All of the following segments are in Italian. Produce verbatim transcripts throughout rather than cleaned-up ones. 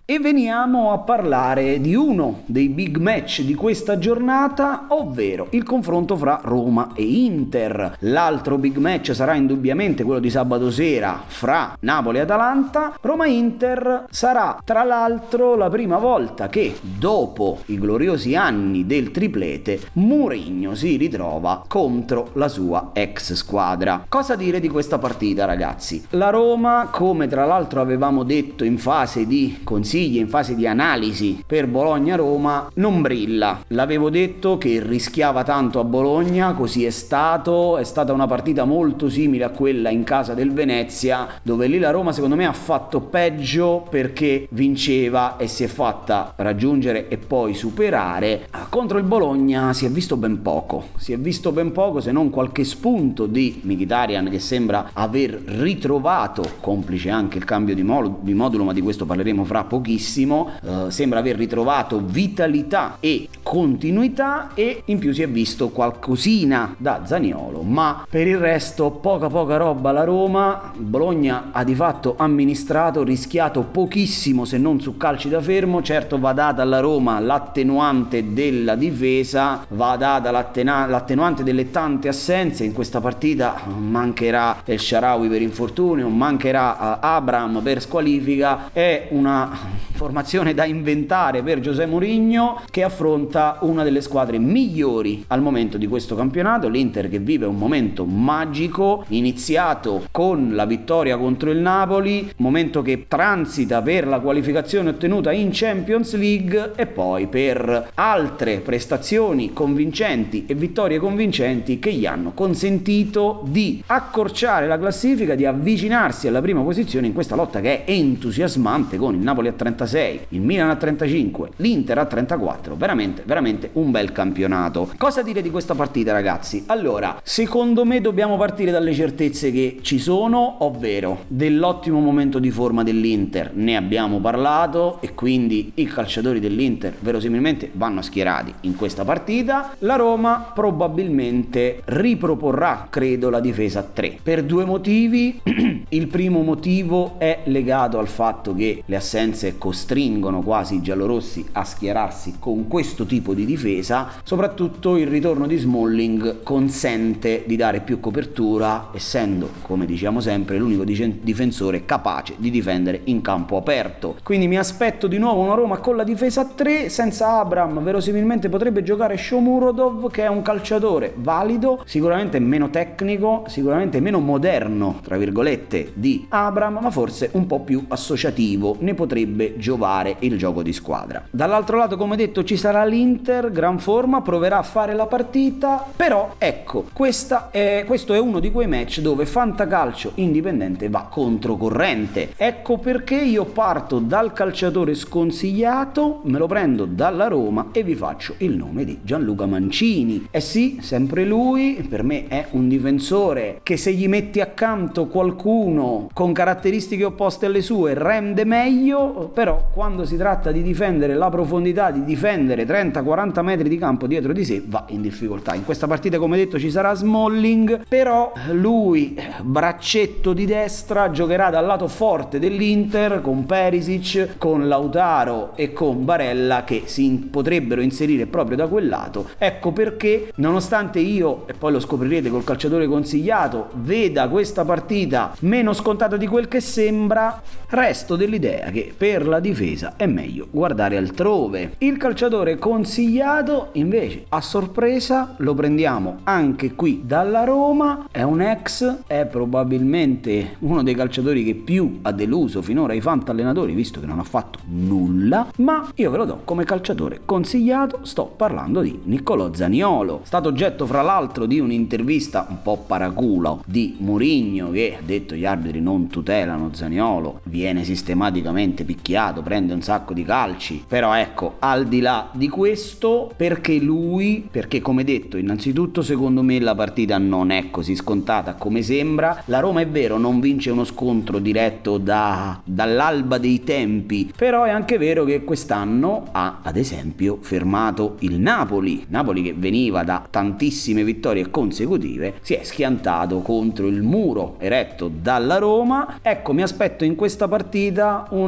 E veniamo a parlare di uno dei big match di questa giornata, ovvero il confronto fra Roma e Inter. L'altro big match sarà indubbiamente quello di sabato sera fra Napoli e Atalanta. Roma-Inter sarà tra l'altro la prima volta che dopo i gloriosi anni del triplete Mourinho si ritrova contro la sua ex squadra. Cosa dire di questa partita, ragazzi? La Roma, come tra l'altro avevamo detto in fase di consiglio, in fase di analisi per Bologna-Roma, non brilla. L'avevo detto che rischiava tanto a Bologna, così è stato. È stata una partita molto simile a quella in casa del Venezia, dove lì la Roma secondo me ha fatto peggio perché vinceva e si è fatta raggiungere e poi superare. Contro il Bologna si è visto ben poco, si è visto ben poco se non qualche spunto di Mkhitaryan che sembra aver ritrovato, complice anche il cambio di, modulo, di modulo ma di questo parleremo fra pochissimo, uh, sembra aver ritrovato vitalità e continuità, e in più si è visto qualcosina da Zaniolo, ma per il resto poca poca roba. La Roma, Bologna ha di fatto amministrato, rischiato pochissimo se non su calci da fermo. Certo va data alla Roma l'attenuante della difesa, va data l'attena- l'attenuante delle tante assenze in questa partita. Mancherà El Shaarawy per infortunio, mancherà Abraham per squalifica. È una formazione da inventare per José Mourinho, che affronta una delle squadre migliori al momento di questo campionato, l'Inter, che vive un momento magico, iniziato con la vittoria contro il Napoli, momento che transita per la qualificazione ottenuta in Champions League e poi per altre prestazioni convincenti e vittorie convincenti che gli hanno consentito di accorciare la classifica, di avvicinarsi alla prima posizione in questa lotta che è entusiasmante, con il Napoli a trentasei, il Milan a trentacinque, l'Inter a trentaquattro. Veramente, veramente un bel campionato. Cosa dire di questa partita, ragazzi? Allora, secondo me dobbiamo partire dalle certezze che ci sono, ovvero dell'ottimo momento di forma dell'Inter. Ne abbiamo parlato e quindi i calciatori dell'Inter verosimilmente vanno schierati in questa partita. La Roma probabilmente riproporrà, credo, la difesa a tre per due motivi. Il primo motivo è legato al fatto che le assenze costringono quasi i giallorossi a schierarsi con questo tipo di difesa. Soprattutto il ritorno di Smalling consente di dare più copertura, essendo, come diciamo sempre, l'unico difensore capace di difendere in campo aperto. Quindi mi aspetto di nuovo una Roma con la difesa a tre. Senza Abraham verosimilmente potrebbe giocare Shomurodov, che è un calciatore valido, sicuramente meno tecnico, sicuramente meno moderno tra virgolette di Abraham, ma forse un po' più associativo. Ne potrebbe giovare il gioco di squadra. Dall'altro lato, come detto, ci sarà l'Inter, gran forma, proverà a fare la partita, però ecco, questa è, questo è uno di quei match dove fantacalcio indipendente va controcorrente. Ecco perché io parto dal calciatore sconsigliato, me lo prendo dalla Roma e vi faccio il nome di Gianluca Mancini. Eh sì, sempre lui, per me è un difensore che, se gli metti accanto qualcuno con caratteristiche opposte alle sue, rende meglio, però quando si tratta di difendere la profondità, di difendere trenta quaranta metri di campo dietro di sé, va in difficoltà. In questa partita, come detto, ci sarà Smalling, però lui, braccetto di destra, giocherà dal lato forte dell'Inter con Perisic, con Lautaro e con Barella, che si in- potrebbero inserire proprio da quel lato. Ecco perché, nonostante io, e poi lo scoprirete col calciatore consigliato, veda questa partita meno scontata di quel che sembra, resto dell'idea che per la difesa è meglio guardare altrove. Il calciatore consigliato invece, a sorpresa, lo prendiamo anche qui dalla Roma. È un ex, è probabilmente uno dei calciatori che più ha deluso finora i fantallenatori, visto che non ha fatto nulla, ma io ve lo do come calciatore consigliato. Sto parlando di Niccolò Zaniolo, stato oggetto fra l'altro di un'intervista un po' paraculo di Mourinho, che ha detto gli arbitri non tutelano Zaniolo, viene sistematicamente picchiato, prende un sacco di calci. Però ecco, al di là di questo, perché lui, perché come detto, innanzitutto secondo me la partita non è così scontata come sembra. La Roma, è vero, non vince uno scontro diretto da, dall'alba dei tempi, però è anche vero che quest'anno ha ad esempio fermato il Napoli. Napoli, che veniva da tantissime vittorie consecutive, si è schiantato contro il muro eretto dalla Roma. Ecco, mi aspetto in questa partita una Roma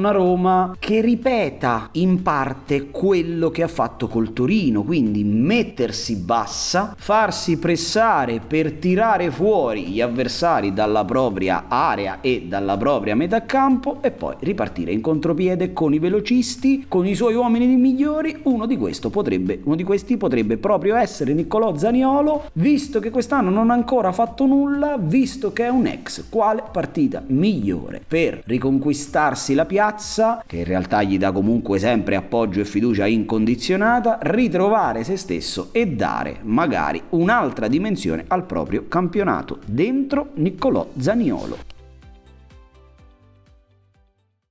Roma che ripeta in parte quello che ha fatto col Torino, quindi mettersi bassa, farsi pressare per tirare fuori gli avversari dalla propria area e dalla propria metà campo e poi ripartire in contropiede con i velocisti, con i suoi uomini migliori. Uno di, questo potrebbe, uno di questi potrebbe proprio essere Niccolò Zaniolo, visto che quest'anno non ha ancora fatto nulla, visto che è un ex. Quale partita migliore per riconquistarsi la piazza, che in realtà gli dà comunque sempre appoggio e fiducia incondizionata, ritrovare se stesso e dare magari un'altra dimensione al proprio campionato dentro Niccolò Zaniolo.